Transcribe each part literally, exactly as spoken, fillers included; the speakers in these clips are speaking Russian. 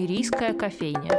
Шумерийская кофейня.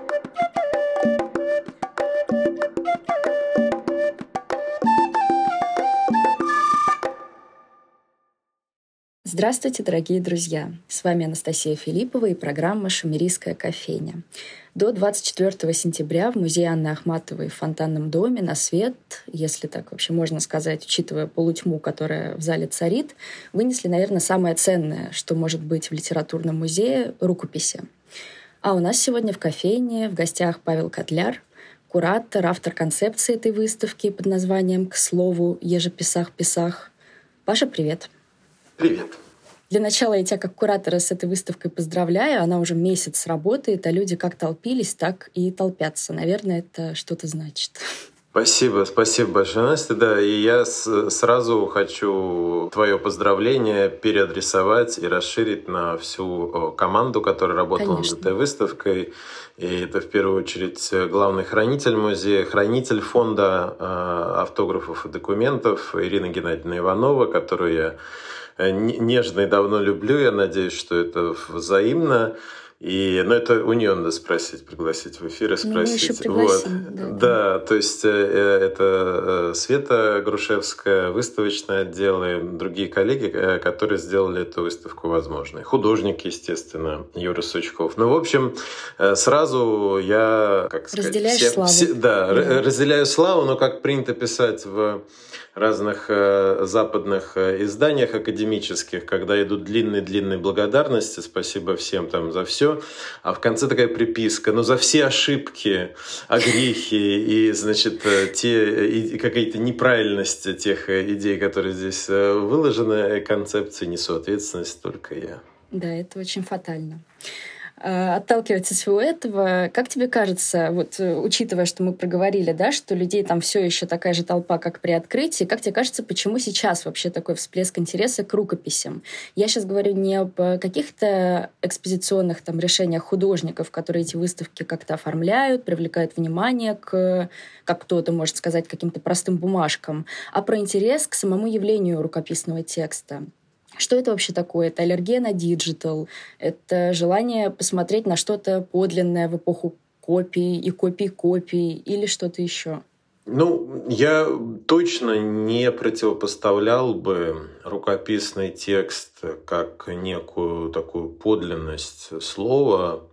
Здравствуйте, дорогие друзья! С вами Анастасия Филиппова и программа «Шумерийская кофейня». До двадцать четвёртого сентября в музее Анны Ахматовой в Фонтанном доме на свет, если так вообще можно сказать, учитывая полутьму, которая в зале царит, вынесли, наверное, самое ценное, что может быть в литературном музее — рукописи. А у нас сегодня в кофейне в гостях Павел Котляр, куратор, автор концепции этой выставки под названием «К слову, еже писах-писах». Паша, привет! Привет. Для начала я тебя как куратора с этой выставкой поздравляю. Она уже месяц работает, а люди как толпились, так и толпятся. Наверное, это что-то значит. Спасибо, спасибо большое, Настя. Да, и я с, сразу хочу твое поздравление переадресовать и расширить на всю команду, которая работала Конечно. над этой выставкой. И это в первую очередь главный хранитель музея, хранитель фонда э, автографов и документов Ирина Геннадьевна Иванова, которую я нежно и давно люблю. Я надеюсь, что это взаимно. И, ну, это у нее надо спросить, пригласить в эфир и спросить. Ну, вот. Да, да, то есть это Света Грушевская, выставочный отдел и другие коллеги, которые сделали эту выставку возможной. Художник, естественно, Юра Сучков. Ну, в общем, сразу я, как сказать... Разделяешь все, славу. Все, да, да, разделяю славу, но как принято писать в разных э, западных э, изданиях академических, когда идут длинные-длинные благодарности, спасибо всем там за все, а в конце такая приписка, ну, за все ошибки, огрехи и, значит, те и, какие-то неправильности тех идей, которые здесь выложены, концепции несу ответственность только я. Да, это очень фатально. Отталкиваясь от всего этого, как тебе кажется, вот учитывая, что мы проговорили, да, что людей там все еще такая же толпа, как при открытии, как тебе кажется, почему сейчас вообще такой всплеск интереса к рукописям? Я сейчас говорю не об каких-то экспозиционных там решениях художников, которые эти выставки как-то оформляют, привлекают внимание к, как кто-то может сказать, каким-то простым бумажкам, а про интерес к самому явлению рукописного текста. Что это вообще такое? Это аллергия на диджитал, это желание посмотреть на что-то подлинное в эпоху копий и копий-копий или что-то еще? Ну, я точно не противопоставлял бы рукописный текст как некую такую подлинность слова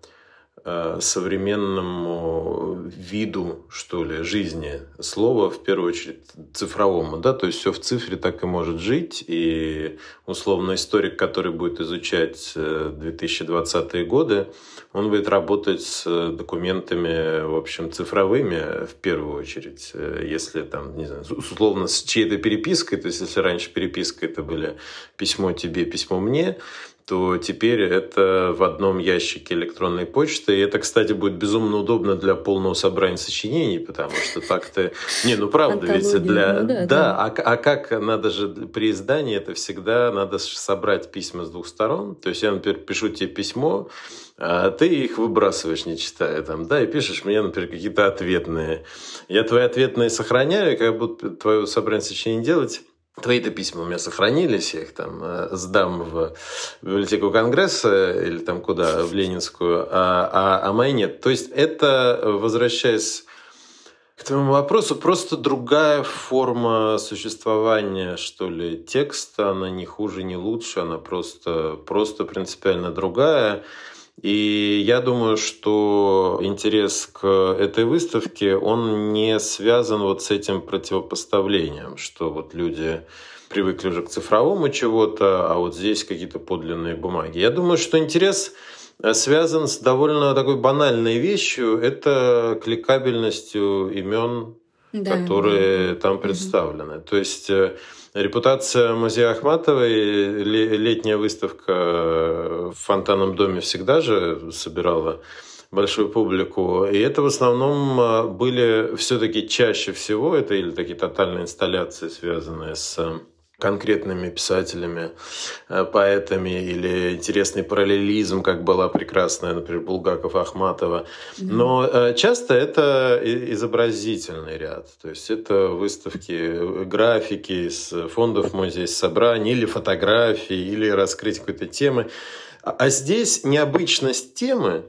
современному виду, что ли, жизни слова, в первую очередь цифровому, да, то есть все в цифре так и может жить, и условно историк, который будет изучать две тысячи двадцатые годы, он будет работать с документами, в общем, цифровыми в первую очередь, если там, не знаю, условно с чьей-то перепиской, то есть если раньше переписка это были письмо тебе, письмо мне, то теперь это в одном ящике электронной почты. И это, кстати, будет безумно удобно для полного собрания сочинений, потому что так-то... Не, ну правда, ведь для... Ну, да, да. да. А, а как надо же при издании, это всегда надо собрать письма с двух сторон. То есть я, например, пишу тебе письмо, а ты их выбрасываешь, не читая там, да, и пишешь мне, например, какие-то ответные. Я твои ответные сохраняю, и как буду твое собрание сочинений делать... Твои-то письма у меня сохранились, я их там э, сдам в библиотеку Конгресса или там куда, в Ленинскую, а, а, а мои нет. То есть это, возвращаясь к твоему вопросу, просто другая форма существования, что ли, текста, она не хуже, не лучше, она просто, просто принципиально другая. И я думаю, что интерес к этой выставке, он не связан вот с этим противопоставлением, что вот люди привыкли уже к цифровому чего-то, а вот здесь какие-то подлинные бумаги. Я думаю, что интерес связан с довольно такой банальной вещью, это кликабельностью имен, да, которые да. там представлены. Угу. То есть репутация музея Ахматовой, летняя выставка в Фонтанном доме всегда же собирала большую публику. И это в основном были все-таки чаще всего, это или такие тотальные инсталляции, связанные с конкретными писателями, поэтами, или интересный параллелизм, как была прекрасная, например, Булгаков, Ахматова. Но часто это изобразительный ряд. То есть это выставки, графики из фондов музея, собраний, или фотографии, или раскрытие какой-то темы. А здесь необычность темы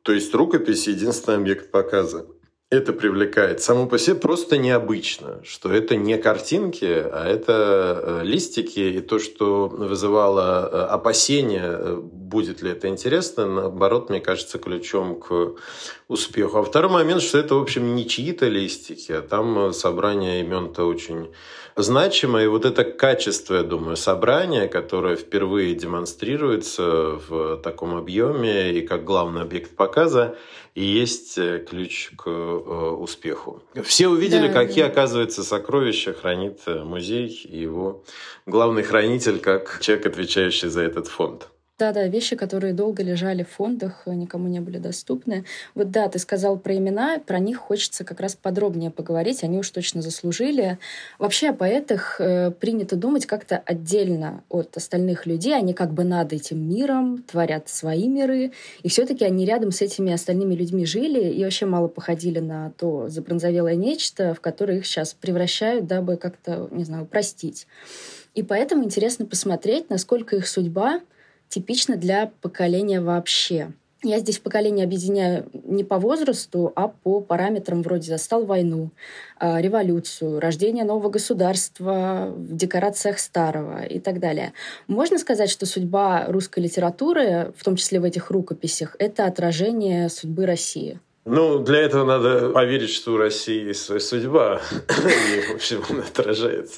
То есть рукопись – единственный объект показа. Это привлекает. Само по себе просто необычно, что это не картинки, а это листики. И то, что вызывало опасения, будет ли это интересно, наоборот, мне кажется, ключом к успеху. А второй момент, что это, в общем, не чьи-то листики, а там собрание имен-то очень значимое. И вот это качество, я думаю, собрания, которое впервые демонстрируется в таком объеме и как главный объект показа, и есть ключ к успеху. Все увидели, да, какие, да. оказывается, сокровища хранит музей и его главный хранитель, как человек, отвечающий за этот фонд. Да-да, вещи, которые долго лежали в фондах, никому не были доступны. Вот да, ты сказал про имена, про них хочется как раз подробнее поговорить, они уж точно заслужили. Вообще о поэтах э, принято думать как-то отдельно от остальных людей, они как бы над этим миром, творят свои миры, и все-таки они рядом с этими остальными людьми жили и вообще мало походили на то забронзовелое нечто, в которое их сейчас превращают, дабы как-то, не знаю, простить. И поэтому интересно посмотреть, насколько их судьба типично для поколения вообще. Я здесь поколение объединяю не по возрасту, а по параметрам вроде «застал войну», революцию, рождение нового государства в декорациях старого и так далее. Можно сказать, что судьба русской литературы, в том числе в этих рукописях, это отражение судьбы России? Ну, для этого надо поверить, что у России есть своя судьба, и, в общем, она отражается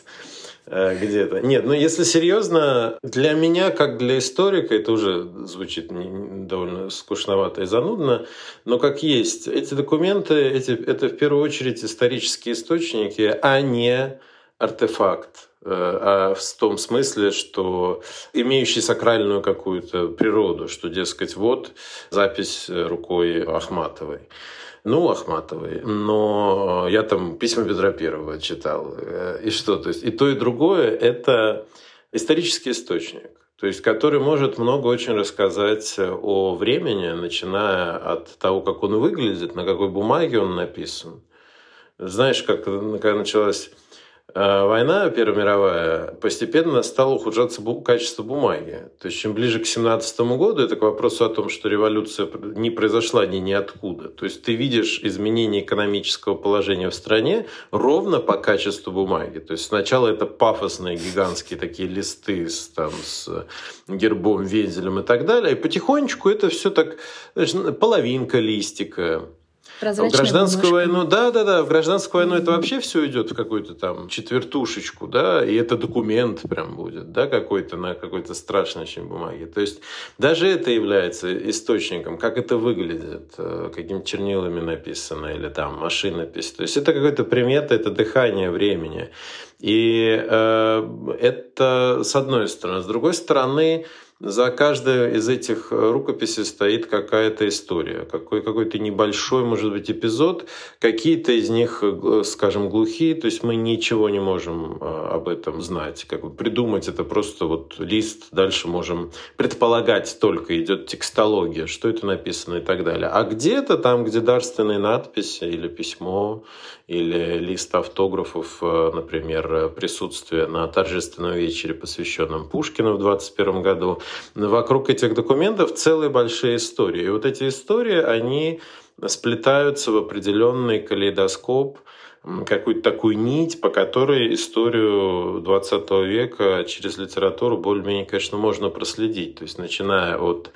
где-то. Нет, ну если серьезно, для меня, как для историка, это уже звучит довольно скучновато и занудно, но как есть. Эти документы, эти, это в первую очередь исторические источники, а не артефакт. А в том смысле, что имеющий сакральную какую-то природу, что, дескать, вот запись рукой Ахматовой. Ну, Ахматовой. Но я там письма Петра Первого читал. И что? То есть и то, и другое – это исторический источник, то есть который может много очень рассказать о времени, начиная от того, как он выглядит, на какой бумаге он написан. Знаешь, как когда началась война Первая мировая, постепенно стало ухудшаться качество бумаги. То есть чем ближе к семнадцатому году, это к вопросу о том, что революция не произошла ни ниоткуда. То есть ты видишь изменение экономического положения в стране ровно по качеству бумаги. То есть сначала это пафосные гигантские такие листы с, там, с гербом, вензелем и так далее. И потихонечку это все так, знаешь, половинка листика. В гражданскую войну, да, да, да, в гражданскую войну mm-hmm. это вообще все идет в какую-то там четвертушечку, да, и это документ прям будет, да, какой-то на какой-то страшной очень бумаге. То есть даже это является источником, как это выглядит, какими чернилами написано или там машинопись. То есть это какая-то примета, это дыхание времени. И э, это с одной стороны. С другой стороны, за каждой из этих рукописей стоит какая-то история, какой, какой-то небольшой, может быть, эпизод. Какие-то из них, скажем, глухие, то есть мы ничего не можем об этом знать. Как бы придумать это просто вот лист, дальше можем предполагать только, идет текстология, что это написано и так далее. А где-то там, где дарственные надписи или письмо, или лист автографов, например, присутствие на торжественном вечере, посвященном Пушкину в двадцать первом году, вокруг этих документов целые большие истории. И вот эти истории, они сплетаются в определенный калейдоскоп, какую-то такую нить, по которой историю двадцатого века через литературу более-менее, конечно, можно проследить. То есть начиная от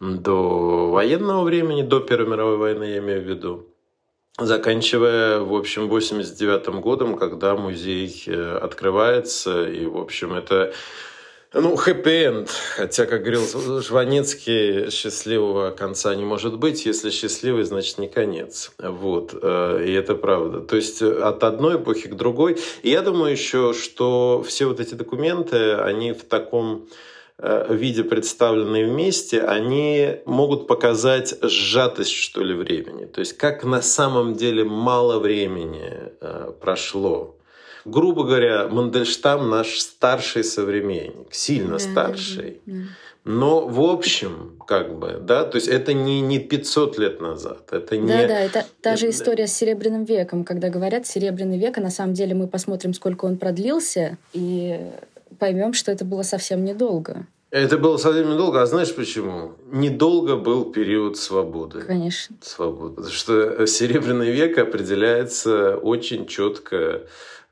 до военного времени, до Первой мировой войны, я имею в виду, заканчивая, в общем, восемьдесят девятым годом, когда музей открывается. И, в общем, это... Ну, хэппи-энд. Хотя, как говорил Жванецкий, счастливого конца не может быть. Если счастливый, значит, не конец. Вот. И это правда. То есть от одной эпохи к другой. И я думаю еще, что все вот эти документы, они в таком виде представленные вместе, они могут показать сжатость, что ли, времени. То есть как на самом деле мало времени прошло. Грубо говоря, Мандельштам наш старший современник, сильно да, старший. Да, да. Но в общем, как бы, да, то есть это не, не пятьсот лет назад. Это не... Да, да, это та же история с Серебряным веком. Когда говорят Серебряный век, а на самом деле мы посмотрим, сколько он продлился, и поймем, что это было совсем недолго. Это было совсем недолго. А знаешь почему? Недолго был период свободы. Конечно. Свободы. Потому что Серебряный век определяется очень четко,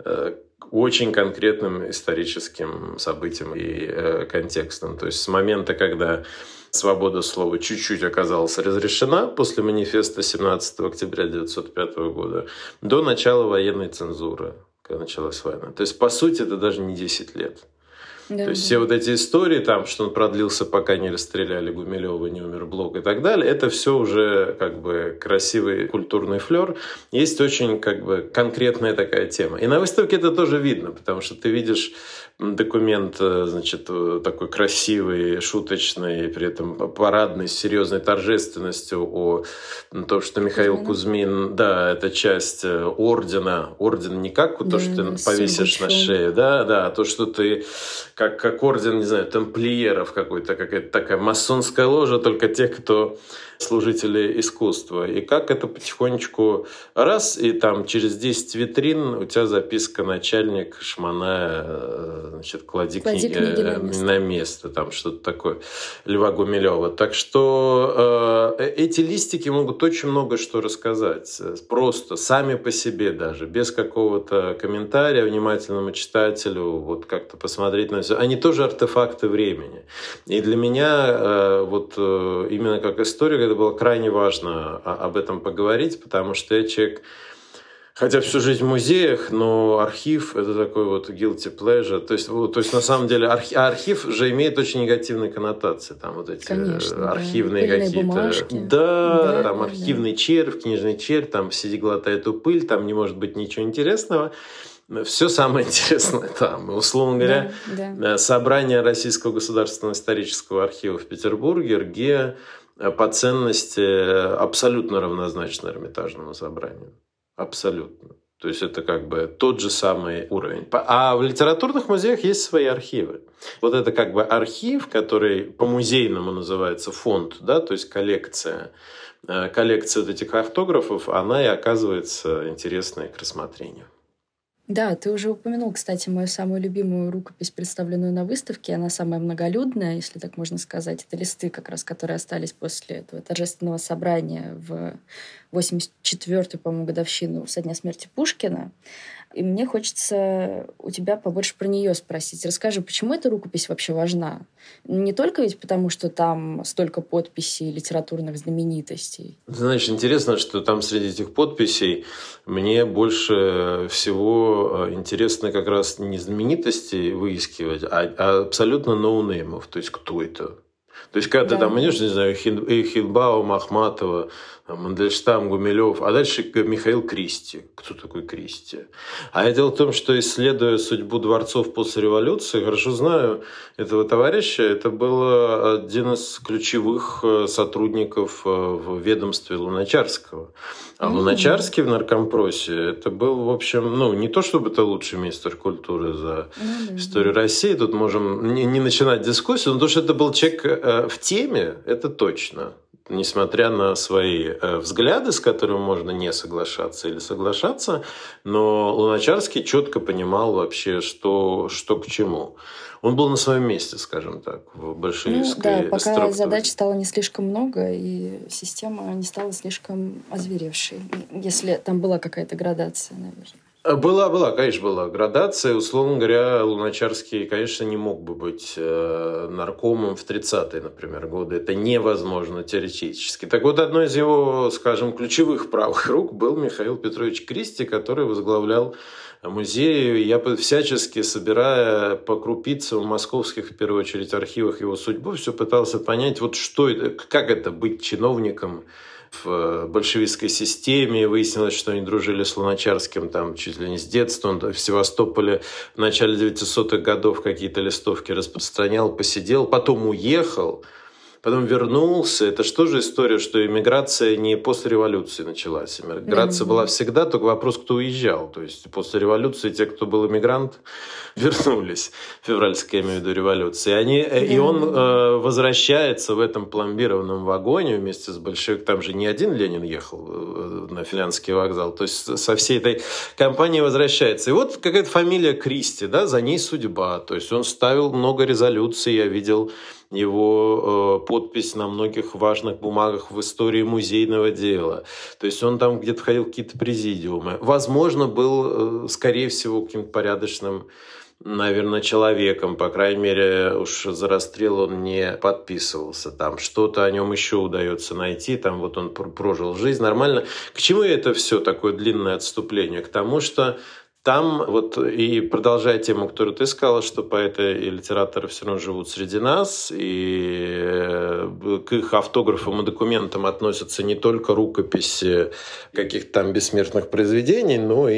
очень конкретным историческим событием и контекстом. То есть с момента, когда свобода слова чуть-чуть оказалась разрешена после манифеста семнадцатого октября тысяча девятьсот пятого года до начала военной цензуры, когда началась война. То есть, по сути, это даже не десять лет. Да, То есть да. все вот эти истории, там, что он продлился, пока не расстреляли Гумилева, не умер Блок и так далее, это все уже как бы красивый культурный флер. Есть очень как бы конкретная такая тема. И на выставке это тоже видно, потому что ты видишь документ, значит, такой красивый, шуточный, при этом парадный, с серьезной торжественностью о том, что Михаил Кузьмин, Кузьмин да, это часть ордена. Орден не как то, да, что ты повесишь на шею, да, да, а то, что ты как, как орден, не знаю, тамплиеров какой-то, какая-то такая масонская ложа, только тех, кто служители искусства. И как это потихонечку раз, и там через десять витрин у тебя записка начальник Шманая, значит, клади, клади книги, книги на место. на место, там что-то такое, Льва Гумилева. Так что э, эти листики могут очень много что рассказать. Просто, сами по себе даже, без какого-то комментария внимательному читателю, вот как-то посмотреть на все. Они тоже артефакты времени. И для меня э, вот э, именно как историк это было крайне важно об этом поговорить, потому что я человек, хотя всю жизнь в музеях, но архив – это такой вот guilty pleasure. То есть, то есть на самом деле, архив, архив же имеет очень негативные коннотации. Там вот эти Конечно, архивные да. какие-то… Бумажки. Да, да, там да, архивный да. червь, книжный червь, там сиди глотай эту пыль, там не может быть ничего интересного. Все самое интересное там. Условно говоря, да, да. собрание Российского государственного исторического архива в Петербурге, РГИА, по ценности абсолютно равнозначно Эрмитажному собранию. Абсолютно. То есть это как бы тот же самый уровень. А в литературных музеях есть свои архивы. Вот это как бы архив, который по-музейному называется фонд, да, то есть коллекция. Коллекция вот этих автографов, она и оказывается интересной к рассмотрению. Да, ты уже упомянул, кстати, мою самую любимую рукопись, представленную на выставке. Она самая многолюдная, если так можно сказать. Это листы, как раз, которые остались после этого торжественного собрания в восемьдесят четвёртую, по-моему, годовщину со дня смерти Пушкина. И мне хочется у тебя побольше про нее спросить. Расскажи, почему эта рукопись вообще важна? Не только ведь потому, что там столько подписей литературных знаменитостей. Значит, интересно, что там среди этих подписей мне больше всего интересно как раз не знаменитости выискивать, а, а абсолютно ноунеймов. То есть, кто это? То есть, когда да. ты там идешь, не знаю, Эйхенбаум, Ахматова, Мандельштам, Гумилев, а дальше Михаил Кристи. Кто такой Кристи? А дело в том, что, исследуя судьбу дворцов после революции, хорошо знаю этого товарища. Это был один из ключевых сотрудников в ведомстве Луначарского. А mm-hmm. Луначарский в наркомпросе, это был, в общем, ну, не то чтобы это лучший министр культуры за mm-hmm. историю России. Тут можем не, не начинать дискуссию, но то, что это был человек в теме, это точно. Несмотря на свои взгляды, с которыми можно не соглашаться или соглашаться, но Луначарский четко понимал вообще, что, что к чему. Он был на своем месте, скажем так, в большевистской ну, да, пока структуре. Задач стало не слишком много, и система не стала слишком озверевшей, если там была какая-то градация, наверное. Была, была, конечно, была градация. Условно говоря, Луначарский, конечно, не мог бы быть э, наркомом в тридцатые, например, годы. Это невозможно теоретически. Так вот, одной из его, скажем, ключевых правых рук был Михаил Петрович Кристи, который возглавлял музей. Я всячески, собирая по крупицам в московских, в первую очередь, архивах его судьбу, все пытался понять, вот что это, как это быть чиновником в большевистской системе. Выяснилось, что они дружили с Луначарским там чуть ли не с детства. Он в Севастополе в начале девятисотых годов какие-то листовки распространял, посидел, потом уехал. потом вернулся. Это же тоже история, что иммиграция не после революции началась. Иммиграция mm-hmm. была всегда, только вопрос, кто уезжал. То есть после революции те, кто был иммигрант, вернулись. Февральская, я имею в виду, революция. И, они, mm-hmm. и он э, возвращается в этом пломбированном вагоне вместе с большевиком. Там же не один Ленин ехал на Финляндский вокзал. То есть со всей этой компанией возвращается. И вот какая-то фамилия Кристи, да, за ней судьба. То есть он ставил много резолюций. Я видел его э, подпись на многих важных бумагах в истории музейного дела. То есть он там где-то входил в какие-то президиумы. Возможно, был, э, скорее всего, каким-то порядочным, наверное, человеком. По крайней мере, уж за расстрел он не подписывался. Там что-то о нем еще удается найти. Там вот он прожил жизнь нормально. К чему это все такое длинное отступление? К тому, что там, вот и продолжая тему, которую ты сказала, что поэты и литераторы все равно живут среди нас, и к их автографам и документам относятся не только рукописи каких-то там бессмертных произведений, но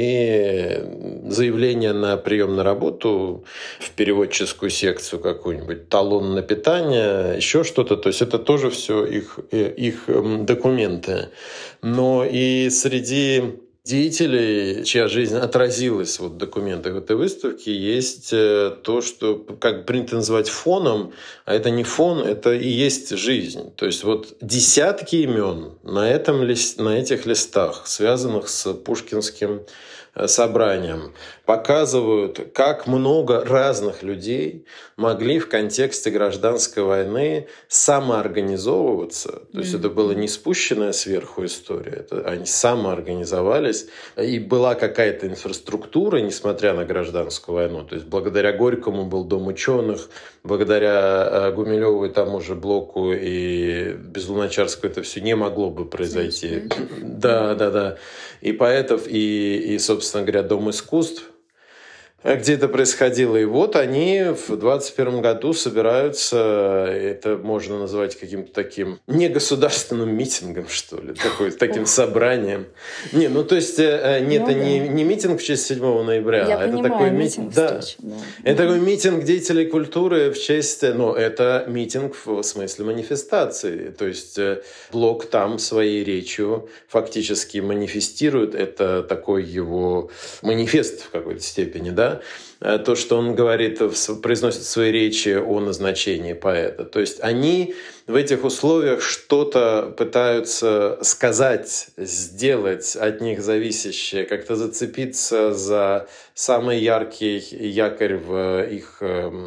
и заявления на прием на работу в переводческую секцию какую-нибудь, талон на питание, еще что-то. То есть это тоже все их, их документы. Но и среди деятелей, чья жизнь отразилась вот в документах этой выставки, есть то, что, как принято называть, фоном, а это не фон, это и есть жизнь. То есть вот десятки имен на, этом, на этих листах, связанных с пушкинским собранием, показывают, как много разных людей могли в контексте гражданской войны самоорганизовываться. То mm-hmm. есть это была не спущенная сверху история, это они самоорганизовались, и была какая-то инфраструктура, несмотря на гражданскую войну. То есть благодаря Горькому был Дом ученых, благодаря Гумилеву и тому же Блоку и без Луначарского это все не могло бы произойти. Да, да, да. И поэтов, и, и, собственно говоря, Дом искусств, где это происходило. И вот они в двадцать первом году собираются, это можно назвать каким-то таким негосударственным митингом, что ли, такой, таким собранием. Не, ну то есть, не, ну, это да. не, не митинг в честь седьмого ноября, Я это понимаю, такой митинг. Да. Встреч, да. Это такой митинг деятелей культуры в честь, ну, это митинг в смысле манифестации. То есть Блок там своей речью фактически манифестирует, это такой его манифест в какой-то степени, да, то, что он говорит, произносит в своей речи о назначении поэта. То есть они в этих условиях что-то пытаются сказать, сделать от них зависящее, как-то зацепиться за самый яркий якорь в их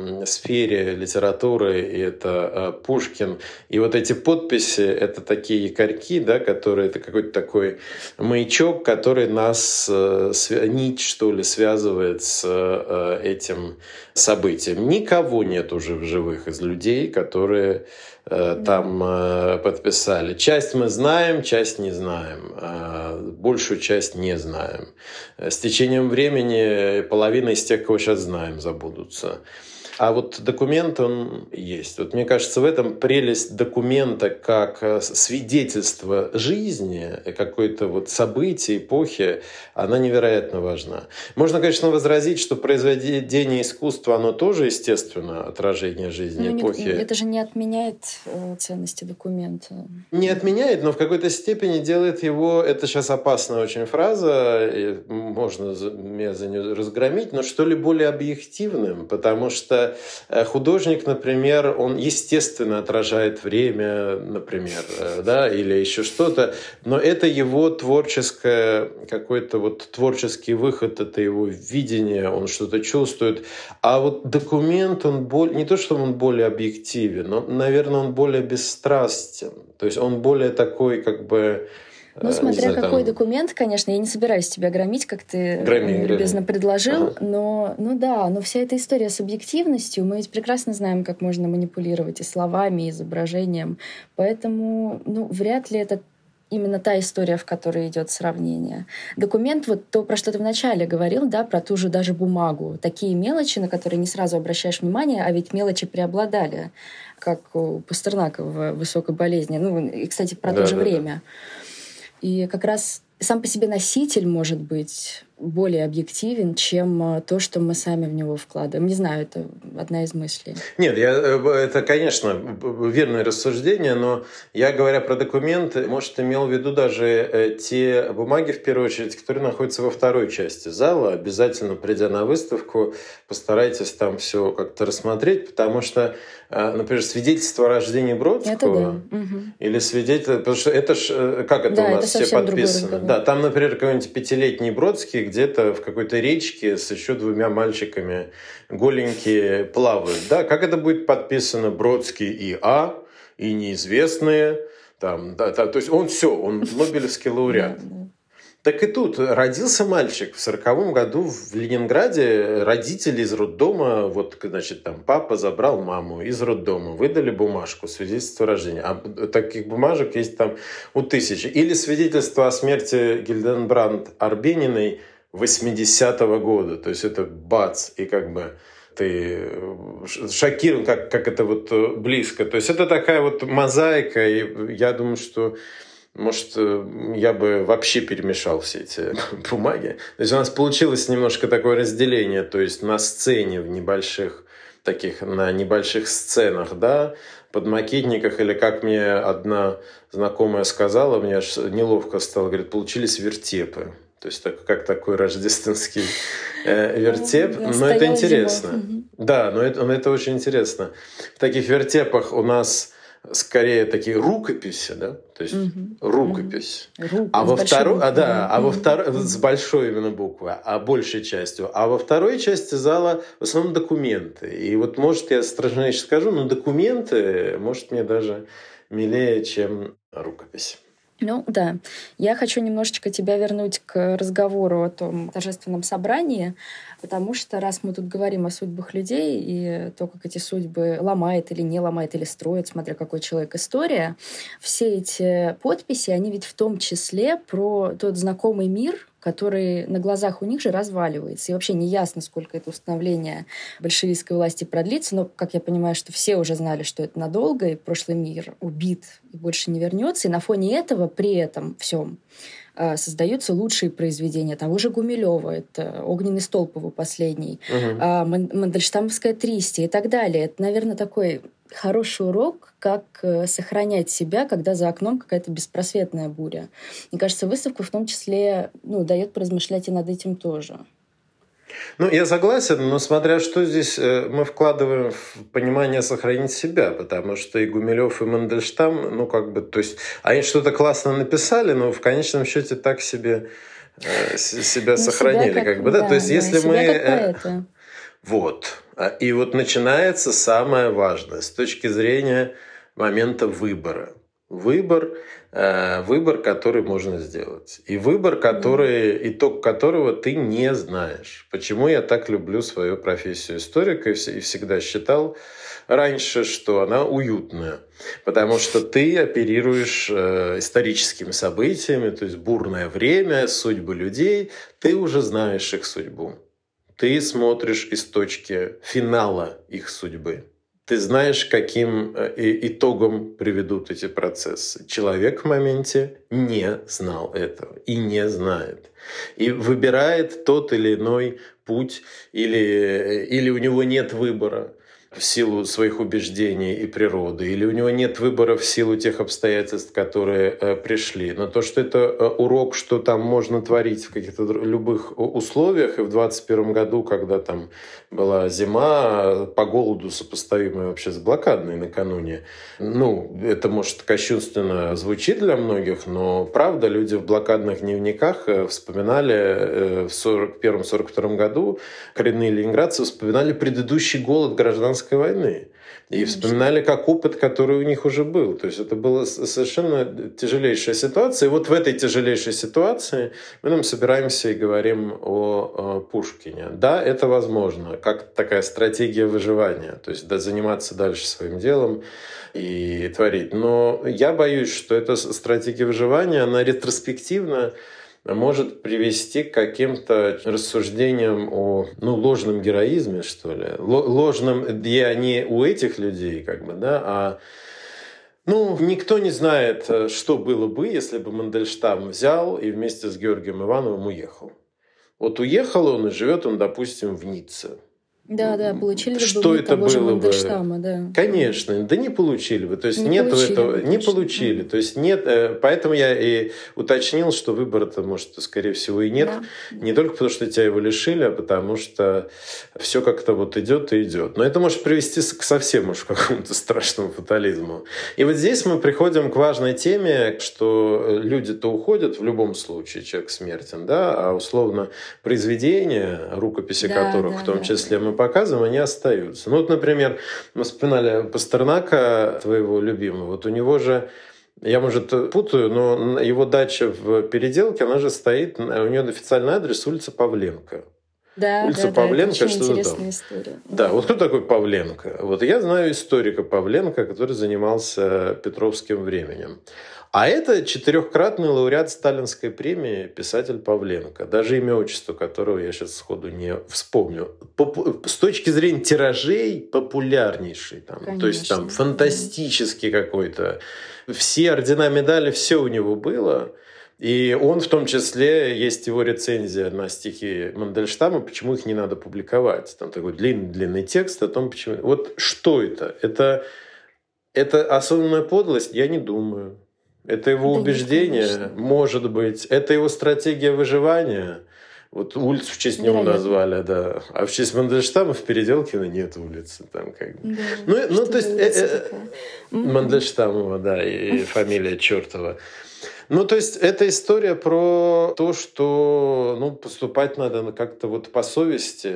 сфере литературы, и это Пушкин. И вот эти подписи — это такие якорьки, да, которые, это какой-то такой маячок, который нас, нить, что ли, связывает с этим событием. Никого нет уже в живых из людей, которые там э, подписали. Часть мы знаем, часть не знаем. Э, большую часть не знаем. С течением времени половина из тех, кого сейчас знаем, забудутся. А вот документ, он есть. Вот мне кажется, в этом прелесть документа как свидетельство жизни, какой-то вот события, эпохи, она невероятно важна. Можно, конечно, возразить, что произведение искусства, оно тоже, естественно, отражение жизни, ну, эпохи. Не, это же не отменяет ценности документа. Не отменяет, но в какой-то степени делает его, это сейчас опасная очень фраза, можно меня за нее разгромить, но что ли более объективным, потому что художник, например, он естественно отражает время, например, да, или еще что-то, но это его творческое, какой-то вот творческий выход, это его видение, он что-то чувствует. А вот документ, он более, не то, что он более объективен, но, наверное, он более бесстрастен. То есть он более такой, как бы... Ну, смотря знаю, какой там... документ, конечно, я не собираюсь тебя громить, как ты громи, любезно громи. предложил, ага. но, ну да, но вся эта история с объективностью, мы ведь прекрасно знаем, как можно манипулировать и словами, и изображением, поэтому, ну, вряд ли это именно та история, в которой идет сравнение. Документ, вот то, про что ты вначале говорил, да, про ту же даже бумагу, такие мелочи, на которые не сразу обращаешь внимание, а ведь мелочи преобладали, как у Пастернака в «Высокой болезни», ну, и, кстати, про да, то же да, время. Да. И как раз сам по себе носитель может быть более объективен, чем то, что мы сами в него вкладываем. Не знаю, это одна из мыслей. Нет, я, это, конечно, верное рассуждение, но я, говоря про документы, может, имел в виду даже те бумаги, в первую очередь, которые находятся во второй части зала. Обязательно, придя на выставку, постарайтесь там все как-то рассмотреть, потому что, например, свидетельство о рождении Бродского да. угу. или свидетельство... Потому что это ж... Как это да, у нас это все подписано? Да, там, например, какой-нибудь пятилетний Бродский где-то в какой-то речке с еще двумя мальчиками голенькие плавают. Да, как это будет подписано? Бродский и А, и неизвестные. Там, да, да, то есть он все, он Нобелевский лауреат. Так и тут родился мальчик в сороковом году в Ленинграде. Родители из роддома, вот, значит, там папа забрал маму из роддома, выдали бумажку, свидетельство о рождении. А таких бумажек есть там у тысячи. Или свидетельство о смерти Гильденбранд Арбениной восьмидесятого года. То есть это бац, и как бы ты шокирован, как, как это вот близко. То есть это такая вот мозаика, и я думаю, что может, я бы вообще перемешал все эти бумаги. То есть у нас получилось немножко такое разделение, то есть на сцене в небольших таких, на небольших сценах, да, подмакетниках, или как мне одна знакомая сказала, мне аж неловко стало, говорит, получились вертепы. То есть так, как такой рождественский э, вертеп. Ну, но это интересно. Зимой. Да, но это, но это очень интересно. В таких вертепах у нас скорее такие рукописи, да, то есть угу. рукопись. Угу. А во второй, а да, а во второй с большой именно буквы, а большей частью. А во второй части зала в основном документы. И вот, может, я страшнее скажу, но документы, может, мне даже милее, чем рукопись. Ну да, я хочу немножечко тебя вернуть к разговору о том торжественном собрании, потому что раз мы тут говорим о судьбах людей и то, как эти судьбы ломает или не ломает, или строит, смотря какой человек история, все эти подписи, они ведь в том числе про тот знакомый мир, который на глазах у них же разваливается. И вообще не ясно, сколько это установление большевистской власти продлится, но, как я понимаю, что все уже знали, что это надолго, и прошлый мир убит и больше не вернется. И на фоне этого, при этом всем, создаются лучшие произведения того же Гумилева, это «Огненный столб» его последний, угу. Мандельштамовская «Тристи» и так далее. Это, наверное, такой хороший урок, как сохранять себя, когда за окном какая-то беспросветная буря. Мне кажется, выставка в том числе ну, дает поразмышлять и над этим тоже. Ну, я согласен, но смотря что здесь мы вкладываем в понимание сохранить себя, потому что и Гумилев, и Мандельштам, ну, как бы, то есть, они что-то классно написали, но в конечном счете так себе э, себя ну, сохранили, себя как, как бы, да, да, то есть, да, если мы... Э, вот. И вот начинается самое важное с точки зрения момента выбора. Выбор, э, выбор, который можно сделать. И выбор, который, mm. итог которого ты не знаешь. Почему я так люблю свою профессию историка и всегда считал раньше, что она уютная. Потому что ты оперируешь э, историческими событиями, то есть бурное время, судьбы людей, ты уже знаешь их судьбу. Ты смотришь из точки финала их судьбы. Ты знаешь, каким итогом приведут эти процессы. Человек в моменте не знал этого и не знает. И выбирает тот или иной путь, или, или у него нет выбора в силу своих убеждений и природы, или у него нет выбора в силу тех обстоятельств, которые э, пришли. Но то, что это э, урок, что там можно творить в каких-то любых условиях, и в двадцать первом году, когда там была зима, по голоду сопоставимая вообще с блокадной накануне, ну, это, может, кощунственно звучит для многих, но правда, люди в блокадных дневниках вспоминали э, в сорок первом — сорок втором году, коренные ленинградцы вспоминали предыдущий голод гражданской войны. И вспоминали как опыт, который у них уже был. То есть это была совершенно тяжелейшая ситуация. И вот в этой тяжелейшей ситуации мы нам собираемся и говорим о, о Пушкине. Да, это возможно, как такая стратегия выживания. То есть да, заниматься дальше своим делом и творить. Но я боюсь, что эта стратегия выживания, она ретроспективно может привести к каким-то рассуждениям о ну, ложном героизме, что ли. Ложном, где не у этих людей, как бы, да, а Ну, никто не знает, что было бы, если бы Мандельштам взял и вместе с Георгием Ивановым уехал. Вот уехал он и живет он, допустим, в Ницце. Да, да, получили что бы это того же было Мандельштама, бы? Да. Конечно, да не получили бы. То есть не нет получили этого, бы, не точно. получили. То есть нет, поэтому я и уточнил, что выбора-то, может, скорее всего, и нет. Да. Не только потому, что тебя его лишили, а потому что все как-то вот идет и идет. Но это может привести к совсем уж какому-то страшному фатализму. И вот здесь мы приходим к важной теме, что люди-то уходят в любом случае, человек смертен, да, а условно произведения, рукописи Да, которых да, в том да. числе мы показываем, они остаются. Ну вот, например, мы вспоминали Пастернака, твоего любимого. Вот у него же, я, может, путаю, но его дача в Переделке, она же стоит, у нее официальный адрес улица Павленко. Да, улица да, Павленко, да, это очень что-то интересная там. история. Да, вот кто такой Павленко? Вот я знаю историка Павленко, который занимался Петровским временем. А это четырехкратный лауреат Сталинской премии писатель Павленко. Даже имя, отчество которого я сейчас сходу не вспомню. С точки зрения тиражей популярнейший. Там. То есть там фантастический какой-то. Все ордена, медали, все у него было. И он в том числе, есть его рецензия на стихи Мандельштама, почему их не надо публиковать. Там такой длинный-длинный текст о том, почему. Вот что это? Это, это осознанная подлость? Я не думаю. Это его да убеждение, нет, может быть. Это его стратегия выживания. Вот улицу в честь него назвали, да. А в честь Мандельштама в Переделкино нет улицы. Там как бы. Да, ну, ну то есть э, э, Мандельштамова, да, и фамилия чертова. Ну, то есть, это история про то, что ну, поступать надо как-то вот по совести,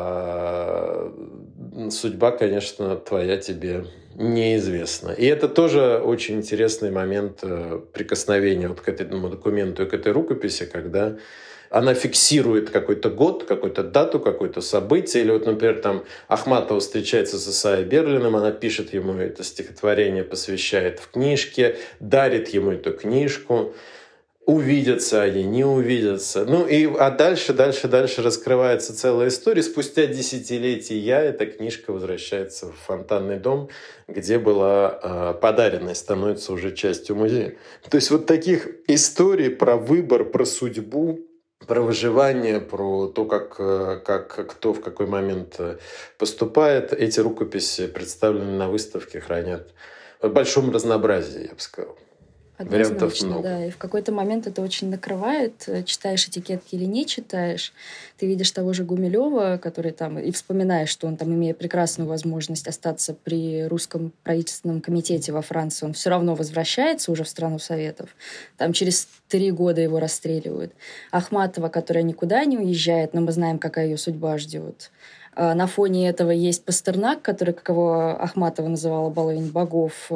а судьба, конечно, твоя тебе неизвестна. И это тоже очень интересный момент прикосновения вот к этому документу и к этой рукописи, когда она фиксирует какой-то год, какую-то дату, какое-то событие. Или вот, например, там Ахматова встречается с Исайей Берлиным, она пишет ему это стихотворение, посвящает в книжке, дарит ему эту книжку. Увидятся они, не увидятся. Ну и, а дальше, дальше, дальше раскрывается целая история. Спустя десятилетия эта книжка возвращается в Фонтанный дом, где была э, подарена и становится уже частью музея. То есть вот таких историй про выбор, про судьбу, про выживание, про то, как, как кто в какой момент поступает. Эти рукописи представлены на выставке, хранят в большом разнообразии, я бы сказал. Вариантов много. Да. И в какой-то момент это очень накрывает. Читаешь этикетки или не читаешь. Ты видишь того же Гумилева, который там... И вспоминаешь, что он там, имея прекрасную возможность остаться при русском правительственном комитете во Франции, он все равно возвращается уже в страну Советов. Там через три года его расстреливают. Ахматова, которая никуда не уезжает, но мы знаем, какая ее судьба ждет. На фоне этого есть Пастернак, который, как его Ахматова называла, баловень богов,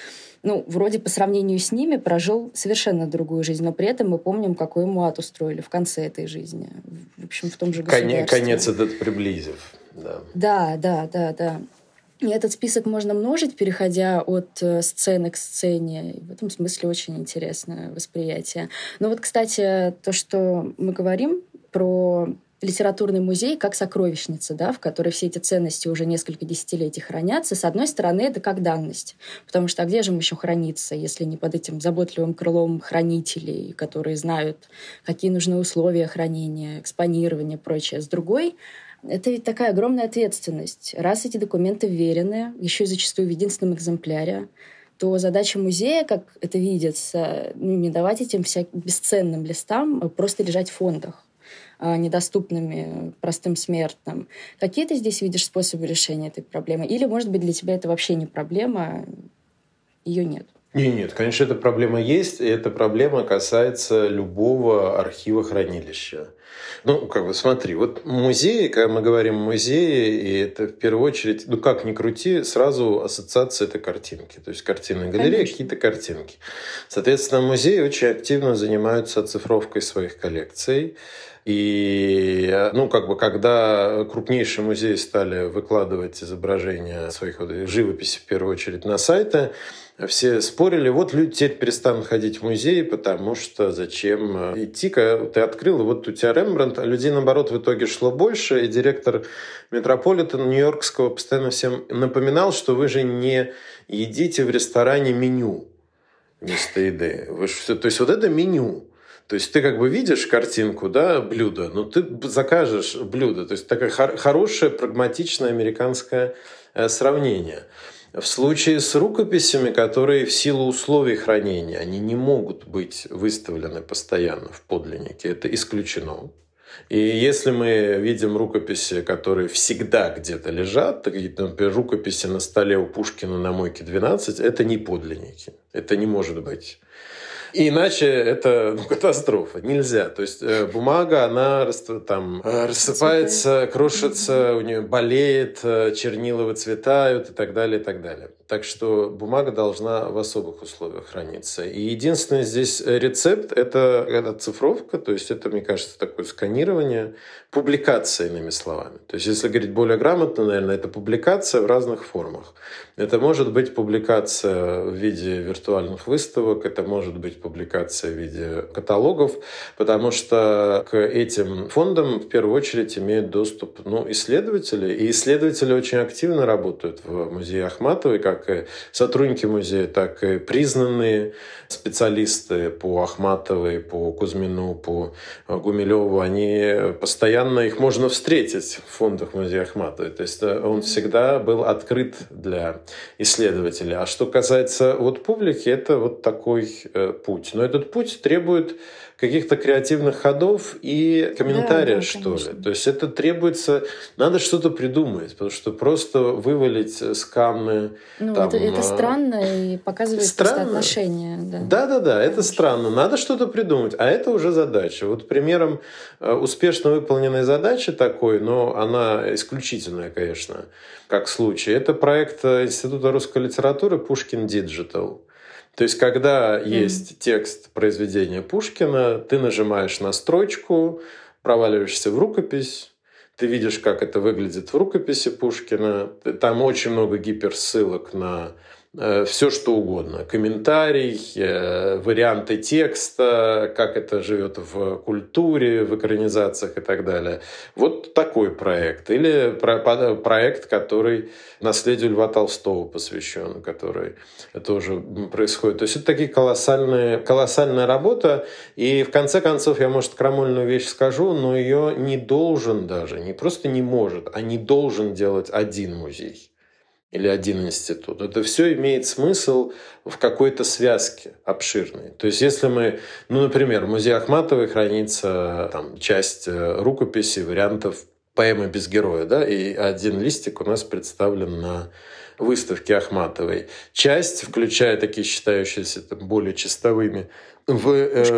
ну, вроде по сравнению с ними прожил совершенно другую жизнь, но при этом мы помним, какой ему ад устроили в конце этой жизни. В общем, в том же государстве. Конец этот приблизив. Да, да, да, да. да. И этот список можно множить, переходя от сцены к сцене. И в этом смысле очень интересное восприятие. Но вот, кстати, то, что мы говорим про литературный музей как сокровищница, да, в которой все эти ценности уже несколько десятилетий хранятся. С одной стороны, это как данность. Потому что а где же им еще храниться, если не под этим заботливым крылом хранителей, которые знают, какие нужны условия хранения, экспонирования и прочее. С другой, это ведь такая огромная ответственность. Раз эти документы вверены, еще и зачастую в единственном экземпляре, то задача музея, как это видится, ну, не давать этим всяким бесценным листам просто лежать в фондах, недоступными простым смертным. Какие ты здесь видишь способы решения этой проблемы? Или, может быть, для тебя это вообще не проблема, ее нет? Нет, нет, конечно, эта проблема есть, и эта проблема касается любого архива-хранилища. Ну, как бы, смотри, вот музеи, когда мы говорим музеи, и это в первую очередь, ну, как ни крути, сразу ассоциация – это картинки. То есть картинная галерея, какие-то картинки. Соответственно, музеи очень активно занимаются оцифровкой своих коллекций. И, ну, как бы, когда крупнейшие музеи стали выкладывать изображения своих вот, живописи, в первую очередь, на сайты, все спорили, вот люди теперь перестанут ходить в музей, потому что зачем идти, когда ты открыл, и вот у тебя Рембрандт, а людей, наоборот, в итоге шло больше, и директор Метрополитена Нью-Йоркского постоянно всем напоминал, что вы же не едите в ресторане меню вместо еды. Вы же, то есть вот это меню. То есть ты как бы видишь картинку, да, блюдо, но ты закажешь блюдо. То есть такое хор- хорошее, прагматичное американское э, сравнение. В случае с рукописями, которые в силу условий хранения, они не могут быть выставлены постоянно в подлиннике, это исключено. И если мы видим рукописи, которые всегда где-то лежат, например, рукописи на столе у Пушкина на мойке двенадцать, это не подлинники, это не может быть. И иначе это ну, катастрофа. Нельзя. То есть э, бумага, она там, э, рассыпается, крошится, у нее болеет, э, чернила выцветают и так далее, и так далее. Так что бумага должна в особых условиях храниться. И единственный здесь рецепт – это, это цифровка, то есть это, мне кажется, такое сканирование, публикация, иными словами. То есть если говорить более грамотно, наверное, это публикация в разных формах. Это может быть публикация в виде виртуальных выставок, это может быть публикация в виде каталогов, потому что к этим фондам в первую очередь имеют доступ ну, исследователи. И исследователи очень активно работают в музее Ахматовой, как и сотрудники музея, так и признанные специалисты по Ахматовой, по Кузьмину, по Гумилеву. Они постоянно, их можно встретить в фондах музея Ахматовой. То есть он всегда был открыт для исследователей. А что касается вот публики, это вот такой э, путь. Но этот путь требует каких-то креативных ходов и комментария, да, да, что конечно. ли. То есть это требуется... Надо что-то придумать, потому что просто вывалить с камня... Ну, там, это, это странно и показывает странно. просто отношения. Да. Да-да-да, это странно. Надо что-то придумать, а это уже задача. Вот примером успешно выполненной задачи такой, но она исключительная, конечно, как случай, это проект Института русской литературы «Пушкин Диджитал». То есть, когда mm. есть текст произведения Пушкина, ты нажимаешь на строчку, проваливаешься в рукопись, ты видишь, как это выглядит в рукописи Пушкина. Там очень много гиперссылок на э, все, что угодно. Комментарий, э, варианты текста, как это живет в культуре, в экранизациях и так далее. Вот такой проект. Или про, проект, который наследию Льва Толстого посвящен, который тоже происходит. То есть это такие колоссальные, колоссальная работа. И в конце концов, я, может, крамольную вещь скажу, но ее не должен даже, не просто не может, а не должен делать один музей или один институт. Это все имеет смысл в какой-то связке обширной. То есть если мы, ну, например, в музее Ахматовой хранится там, часть рукописей, вариантов поэмы «Без героя», да, и один листик у нас представлен на выставке Ахматовой. Часть, включая такие считающиеся там, более чистовыми, в,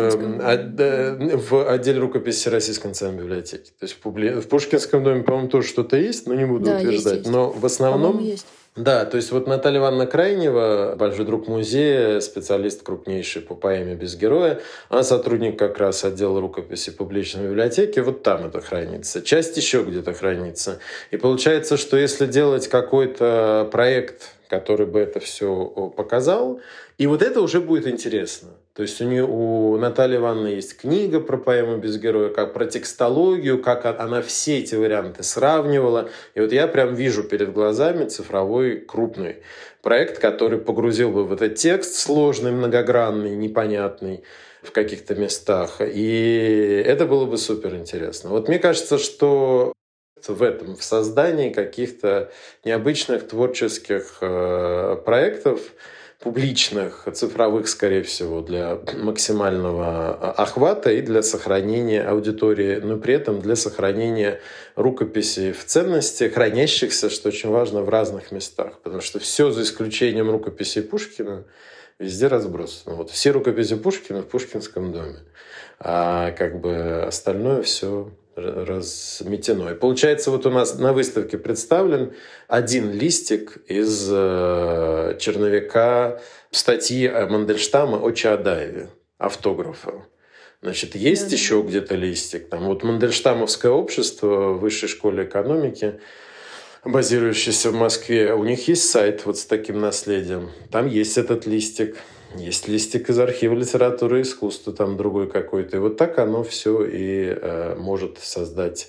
э, в отделе рукописи Российской национальной библиотеки. То есть в, публи... в Пушкинском доме, по-моему, тоже что-то есть, но не буду да, утверждать. Есть, есть. Но в основном... Есть. Да, то есть вот Наталья Ивановна Крайнева, большой друг музея, специалист крупнейший по поэме «Без героя», она сотрудник как раз отдела рукописи публичной библиотеки, вот там это хранится. Часть еще где-то хранится. И получается, что если делать какой-то проект, который бы это все показал, и вот это уже будет интересно. То есть у, нее, у Натальи Ивановны есть книга про поэму «Без героя», как про текстологию, как она все эти варианты сравнивала. И вот я прям вижу перед глазами цифровой крупный проект, который погрузил бы в этот текст сложный, многогранный, непонятный в каких-то местах. И это было бы суперинтересно. Вот мне кажется, что в этом, в создании каких-то необычных творческих э, проектов, публичных, цифровых, скорее всего, для максимального охвата и для сохранения аудитории, но при этом для сохранения рукописей в ценности, хранящихся, что очень важно, в разных местах. Потому что все, за исключением рукописей Пушкина, везде разбросано. Вот все рукописи Пушкина в Пушкинском доме. А как бы остальное все разметено. И получается, вот у нас на выставке представлен один листик из э, черновика статьи Мандельштама о Чаадаеве, автографа. Значит, есть да, еще да. где-то листик. Там вот Мандельштамовское общество в Высшей школе экономики, базирующееся в Москве, у них есть сайт вот с таким наследием. Там есть этот листик. Есть листик из архива литературы и искусства, там другой какой-то. И вот так оно все и э, может создать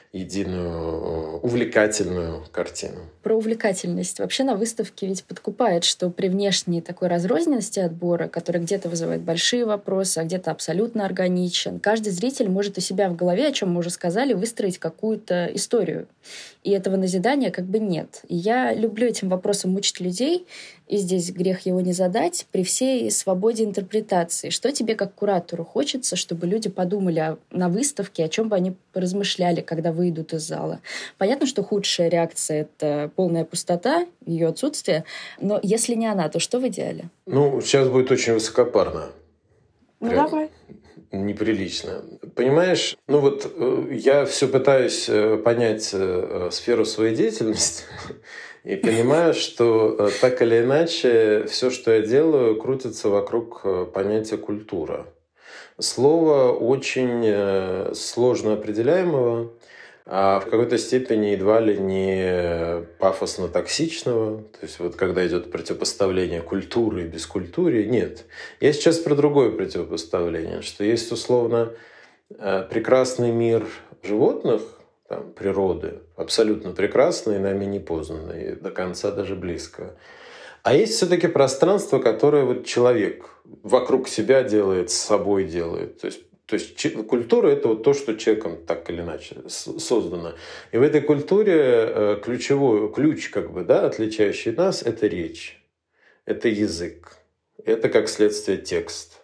единую увлекательную картину. Про увлекательность. Вообще на выставке ведь подкупает, что при внешней такой разрозненности отбора, который где-то вызывает большие вопросы, а где-то абсолютно органичен, каждый зритель может у себя в голове, о чем мы уже сказали, выстроить какую-то историю. И этого назидания как бы нет. И я люблю этим вопросом мучить людей, и здесь грех его не задать, при всей свободе интерпретации. Что тебе, как куратору, хочется, чтобы люди подумали о, на выставке, о чем бы они поразмышляли, когда выйдут из зала? Понятно, что худшая реакция — это полная пустота, ее отсутствие, но если не она, то что в идеале? Ну, сейчас будет очень высокопарно. Ну, Прям давай. Неприлично. Понимаешь, ну вот я все пытаюсь понять сферу своей деятельности и понимаю, что так или иначе все, что я делаю, крутится вокруг понятия культура. Слово очень сложно определяемого, а в какой-то степени едва ли не пафосно-токсичного. То есть вот когда идет противопоставление культуры и бескультуре, нет. Я сейчас про другое противопоставление, что есть условно прекрасный мир животных, там, природы, абсолютно прекрасный, нами не познанный, до конца даже близко. А есть все-таки пространство, которое вот человек вокруг себя делает, с собой делает. То есть То есть культура — это вот то, что человеком так или иначе создано. И в этой культуре ключевой ключ, как бы, да, отличающий нас, это речь, это язык, это как следствие текст.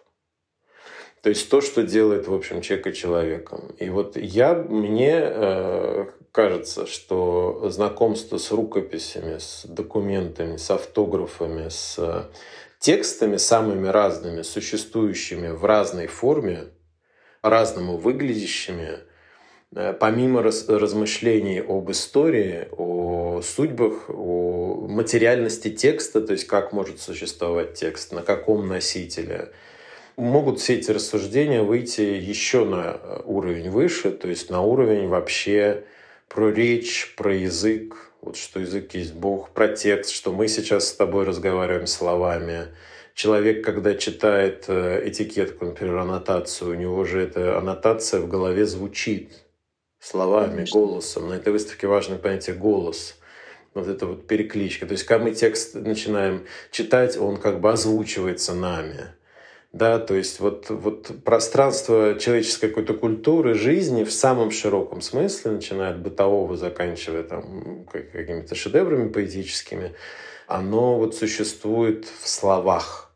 То есть то, что делает, в общем, человека человеком. И вот я, мне э, кажется, что знакомство с рукописями, с документами, с автографами, с текстами самыми разными, существующими в разной форме, разному выглядящими, помимо раз, размышлений об истории, о судьбах, о материальности текста, то есть как может существовать текст, на каком носителе, могут все эти рассуждения выйти еще на уровень выше, то есть на уровень вообще про речь, про язык, вот что язык есть Бог, про текст, что мы сейчас с тобой разговариваем словами. Человек, когда читает этикетку, например, аннотацию, у него же эта аннотация в голове звучит словами, Конечно. голосом. На этой выставке важное понятие «голос». Вот это вот перекличка. То есть, когда мы текст начинаем читать, он как бы озвучивается нами. Да, то есть вот, вот пространство человеческой какой-то культуры, жизни в самом широком смысле, начиная от бытового, заканчивая там какими-то шедеврами поэтическими, оно вот существует в словах,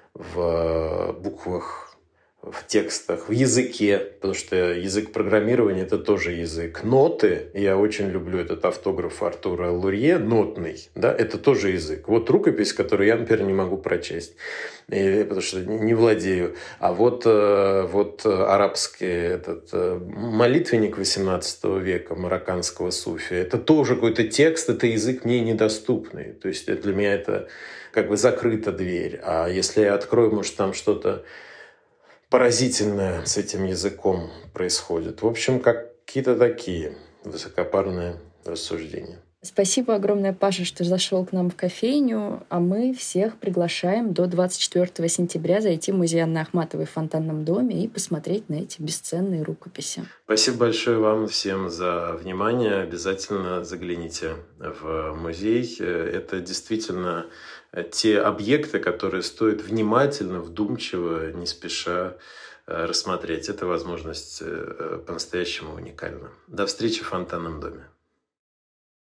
в буквах, в текстах, в языке, потому что язык программирования — это тоже язык. Ноты, я очень люблю этот автограф Артура Лурье, нотный, да, это тоже язык. Вот рукопись, которую я, например, не могу прочесть, потому что не владею. А вот, вот арабский этот молитвенник восемнадцатого века марокканского суфи, это тоже какой-то текст, это язык мне недоступный. То есть для меня это как бы закрыта дверь. А если я открою, может, там что-то поразительное с этим языком происходит. В общем, какие-то такие высокопарные рассуждения. Спасибо огромное, Паша, что зашел к нам в кофейню, а мы всех приглашаем до двадцать четвёртого сентября зайти в музей Анны Ахматовой в Фонтанном доме и посмотреть на эти бесценные рукописи. Спасибо большое вам всем за внимание. Обязательно загляните в музей. Это действительно те объекты, которые стоит внимательно, вдумчиво, не спеша рассмотреть. Эта возможность по-настоящему уникальна. До встречи в Фонтанном доме.